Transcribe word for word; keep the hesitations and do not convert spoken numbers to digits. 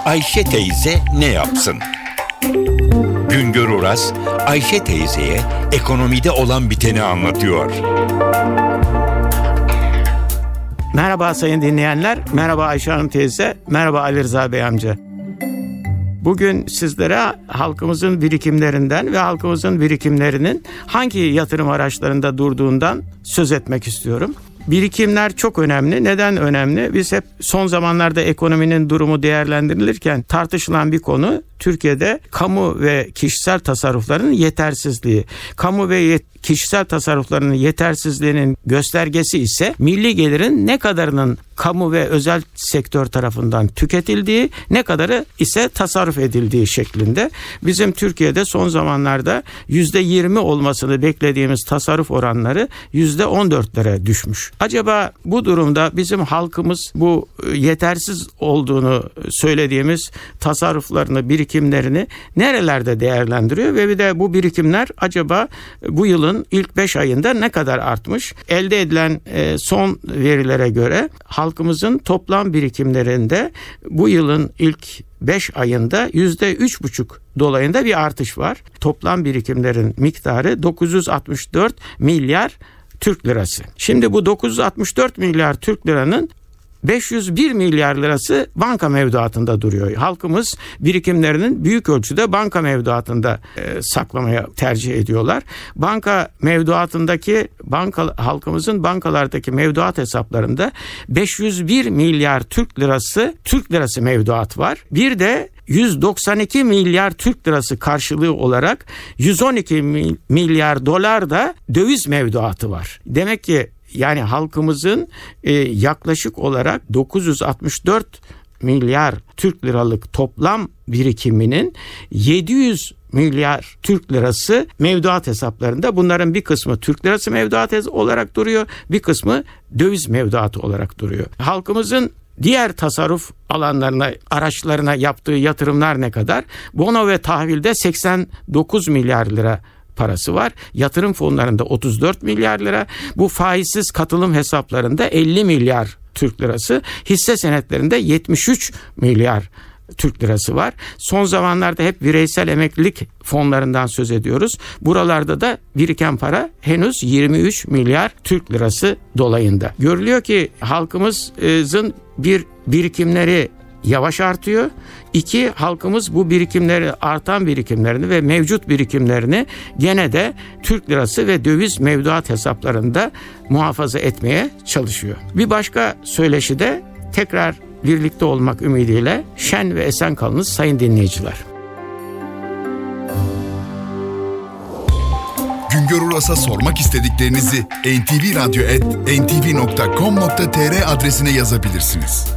Ayşe teyze ne yapsın? Güngör Oras, Ayşe teyzeye ekonomide olan biteni anlatıyor. Merhaba sayın dinleyenler, merhaba Ayşe Hanım teyze, merhaba Ali Rıza Bey amca. Bugün sizlere halkımızın birikimlerinden ve halkımızın birikimlerinin hangi yatırım araçlarında durduğundan söz etmek istiyorum. Birikimler çok önemli. Neden önemli? Biz hep son zamanlarda ekonominin durumu değerlendirilirken tartışılan bir konu Türkiye'de kamu ve kişisel tasarrufların yetersizliği. Kamu ve yet- kişisel tasarrufların yetersizliğinin göstergesi ise milli gelirin ne kadarının kamu ve özel sektör tarafından tüketildiği, ne kadarı ise tasarruf edildiği şeklinde. Bizim Türkiye'de son zamanlarda yüzde yirmi olmasını beklediğimiz tasarruf oranları yüzde on dörtlere düşmüş. Acaba bu durumda bizim halkımız bu yetersiz olduğunu söylediğimiz tasarruflarını, birikimlerini nerelerde değerlendiriyor ve bir de bu birikimler acaba bu yılın ilk beş ayında ne kadar artmış? Elde edilen son verilere göre halkımızın toplam birikimlerinde bu yılın ilk beş ayında yüzde üç buçuk dolayında bir artış var. Toplam birikimlerin miktarı dokuz yüz altmış dört milyar Türk lirası. Şimdi bu dokuz yüz altmış dört milyar Türk liranın beş yüz bir milyar lirası banka mevduatında duruyor. Halkımız birikimlerinin büyük ölçüde banka mevduatında e, saklamaya tercih ediyorlar. Banka mevduatındaki banka halkımızın bankalardaki mevduat hesaplarında beş yüz bir milyar Türk lirası Türk lirası mevduat var. Bir de yüz doksan iki milyar Türk lirası karşılığı olarak yüz on iki milyar dolar da döviz mevduatı var. Demek ki yani halkımızın e, yaklaşık olarak dokuz yüz altmış dört milyar Türk liralık toplam birikiminin yedi yüz milyar Türk lirası mevduat hesaplarında. Bunların bir kısmı Türk lirası mevduat olarak duruyor, bir kısmı döviz mevduatı olarak duruyor. Halkımızın diğer tasarruf alanlarına, araçlarına yaptığı yatırımlar ne kadar? Bono ve tahvilde seksen dokuz milyar lira parası var. Yatırım fonlarında otuz dört milyar lira. Bu faizsiz katılım hesaplarında elli milyar Türk lirası. Hisse senetlerinde yetmiş üç milyar Türk lirası var. Son zamanlarda hep bireysel emeklilik fonlarından söz ediyoruz. Buralarda da biriken para henüz yirmi üç milyar Türk lirası dolayında. Görülüyor ki halkımızın bir birikimleri yavaş artıyor. İki, halkımız bu birikimleri, artan birikimlerini ve mevcut birikimlerini gene de Türk lirası ve döviz mevduat hesaplarında muhafaza etmeye çalışıyor. Bir başka söyleşi de tekrar birlikte olmak ümidiyle şen ve esen kalınız sayın dinleyiciler. Güngör Uras'a sormak istediklerinizi en ti vi radyo et en ti vi nokta com nokta tr adresine yazabilirsiniz.